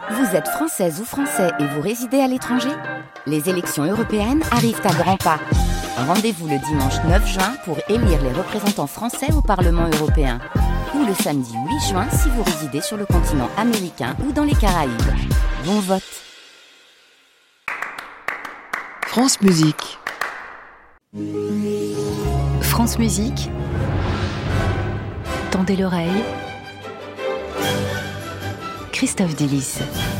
Vous êtes française ou français et vous résidez à l'étranger ? Les élections européennes arrivent à grands pas. Rendez-vous le dimanche 9 juin pour élire les représentants français au Parlement européen. Ou le samedi 8 juin si vous résidez sur le continent américain ou dans les Caraïbes. Bon vote. France Musique. France Musique. Tendez l'oreille. Christophe Delis.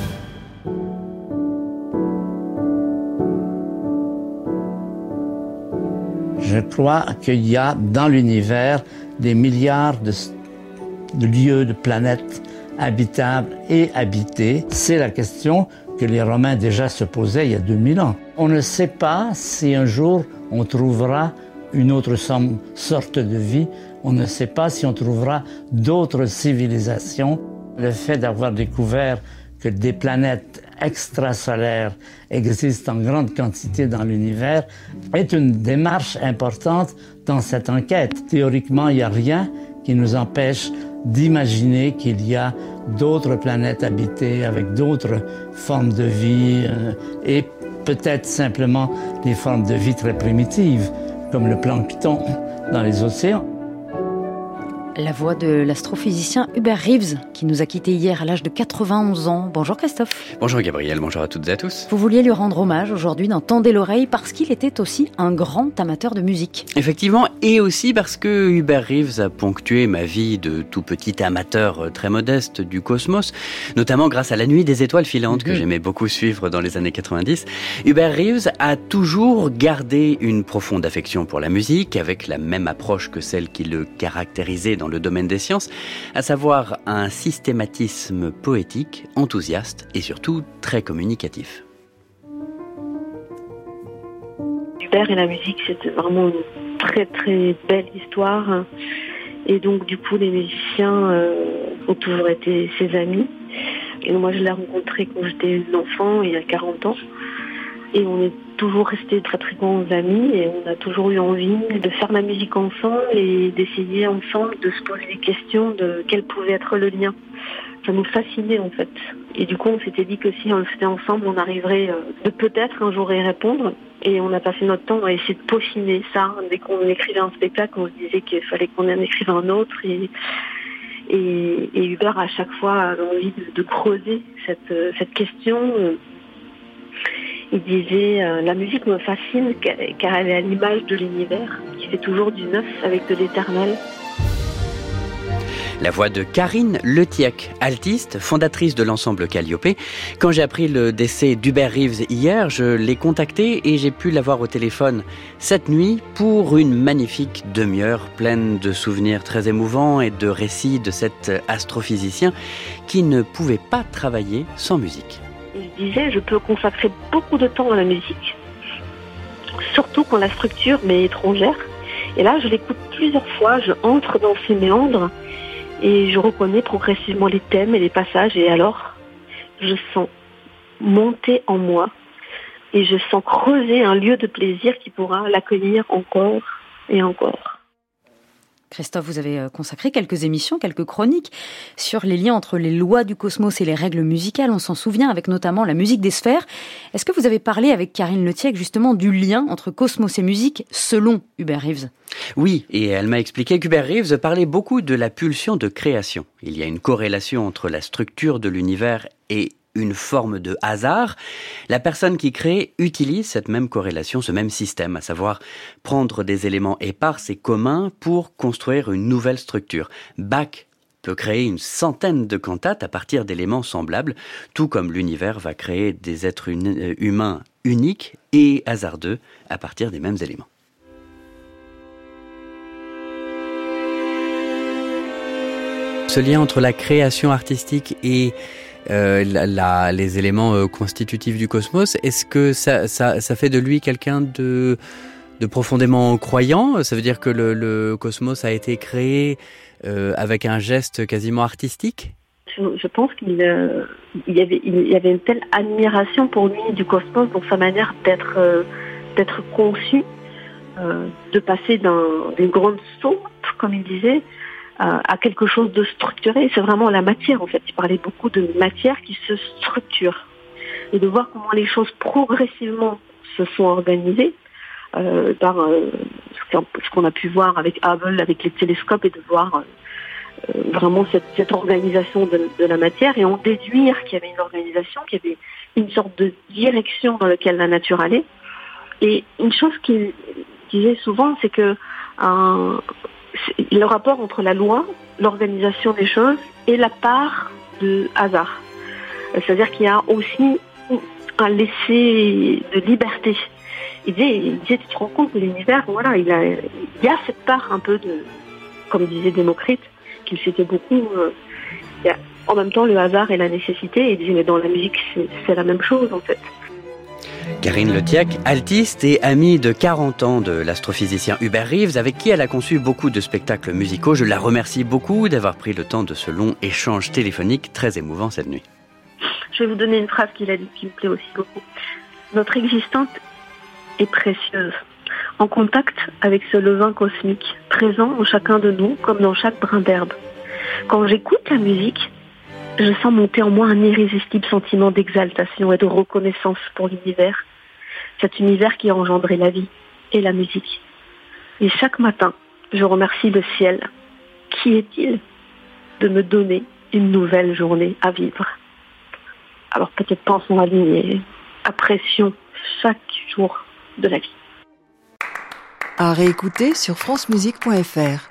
Je crois qu'il y a dans l'univers des milliards de lieux, de planètes habitables et habitées. C'est la question que les Romains déjà se posaient il y a 2000 ans. On ne sait pas si un jour on trouvera une autre sorte de vie. On ne sait pas si on trouvera d'autres civilisations. Le fait d'avoir découvert que des planètes extrasolaires existent en grande quantité dans l'univers est une démarche importante dans cette enquête. Théoriquement, il n'y a rien qui nous empêche d'imaginer qu'il y a d'autres planètes habitées avec d'autres formes de vie et peut-être simplement des formes de vie très primitives, comme le plancton dans les océans. La voix de l'astrophysicien Hubert Reeves, qui nous a quittés hier à l'âge de 91 ans. Bonjour Christophe. Bonjour Gabriel, bonjour à toutes et à tous. Vous vouliez lui rendre hommage aujourd'hui dans Tendez l'oreille parce qu'il était aussi un grand amateur de musique. Effectivement, et aussi parce que Hubert Reeves a ponctué ma vie de tout petit amateur très modeste du cosmos, notamment grâce à La Nuit des étoiles filantes que j'aimais beaucoup suivre dans les années 90. Hubert Reeves a toujours gardé une profonde affection pour la musique, avec la même approche que celle qui le caractérisait dans le domaine des sciences, à savoir un systématisme poétique, enthousiaste et surtout très communicatif. Hubert et la musique, c'était vraiment une très très belle histoire. Et donc du coup, les musiciens ont toujours été ses amis. Et moi, je l'ai rencontré quand j'étais une enfant, il y a 40 ans. Et on est toujours restés très très bons amis et on a toujours eu envie de faire la musique ensemble et d'essayer ensemble de se poser des questions de quel pouvait être le lien. Ça nous fascinait en fait. Et du coup on s'était dit que si on le faisait ensemble, on arriverait de peut-être un jour y répondre. Et on a passé notre temps à essayer de peaufiner ça. Dès qu'on écrivait un spectacle, on se disait qu'il fallait qu'on en écrive un autre. Et Hubert à chaque fois avait envie de creuser cette question. Il disait la musique me fascine car elle est à l'image de l'univers qui fait toujours du neuf avec de l'éternel. La voix de Karine Letiec, altiste, fondatrice de l'ensemble Calliope. Quand j'ai appris le décès d'Hubert Reeves hier, je l'ai contacté et j'ai pu l'avoir au téléphone cette nuit pour une magnifique demi-heure pleine de souvenirs très émouvants et de récits de cet astrophysicien qui ne pouvait pas travailler sans musique. Il disait, je peux consacrer beaucoup de temps à la musique, surtout quand la structure m'est étrangère. Et là, je l'écoute plusieurs fois, je entre dans ses méandres et je reconnais progressivement les thèmes et les passages. Et alors, je sens monter en moi et je sens creuser un lieu de plaisir qui pourra l'accueillir encore et encore. Christophe, vous avez consacré quelques émissions, quelques chroniques sur les liens entre les lois du cosmos et les règles musicales. On s'en souvient avec notamment la musique des sphères. Est-ce que vous avez parlé avec Karine Letiec justement du lien entre cosmos et musique selon Hubert Reeves ? Oui, et elle m'a expliqué qu'Hubert Reeves parlait beaucoup de la pulsion de création. Il y a une corrélation entre la structure de l'univers et une forme de hasard. La personne qui crée utilise cette même corrélation, ce même système, à savoir prendre des éléments épars et communs pour construire une nouvelle structure. Bach peut créer une centaine de cantates à partir d'éléments semblables, tout comme l'univers va créer des êtres humains uniques et hasardeux à partir des mêmes éléments. Ce lien entre la création artistique et les éléments constitutifs du cosmos, est-ce que ça fait de lui quelqu'un de profondément croyant ? Ça veut dire que le cosmos a été créé avec un geste quasiment artistique ? Je pense qu'il y avait une telle admiration pour lui du cosmos, dans sa manière d'être conçu, de passer d'une grande soupe, comme il disait, à quelque chose de structuré. C'est vraiment la matière, en fait. Il parlait beaucoup de matière qui se structure. Et de voir comment les choses progressivement se sont organisées par ce qu'on a pu voir avec Hubble, avec les télescopes, et de voir vraiment cette organisation de la matière, et en déduire qu'il y avait une organisation, qu'il y avait une sorte de direction dans laquelle la nature allait. Et une chose qu'il disait souvent, c'est que le rapport entre la loi, l'organisation des choses et la part de hasard. C'est-à-dire qu'il y a aussi un laisser de liberté. Il disait, tu te rends compte que l'univers, voilà, il y a cette part un peu de, comme disait Démocrite, qu'il citait beaucoup, il y a en même temps le hasard et la nécessité. Et il disait, mais dans la musique, c'est la même chose, en fait. Karine Letiak, altiste et amie de 40 ans de l'astrophysicien Hubert Reeves, avec qui elle a conçu beaucoup de spectacles musicaux. Je la remercie beaucoup d'avoir pris le temps de ce long échange téléphonique très émouvant cette nuit. Je vais vous donner une phrase qu'il a dit qui me plaît aussi beaucoup. Notre existence est précieuse, en contact avec ce levain cosmique, présent en chacun de nous comme dans chaque brin d'herbe. Quand j'écoute la musique, je sens monter en moi un irrésistible sentiment d'exaltation et de reconnaissance pour l'univers, cet univers qui a engendré la vie et la musique. Et chaque matin, je remercie le ciel. Qui est-il de me donner une nouvelle journée à vivre? Alors peut-être pensons à lui et apprécions chaque jour de la vie. À réécouter sur francemusique.fr.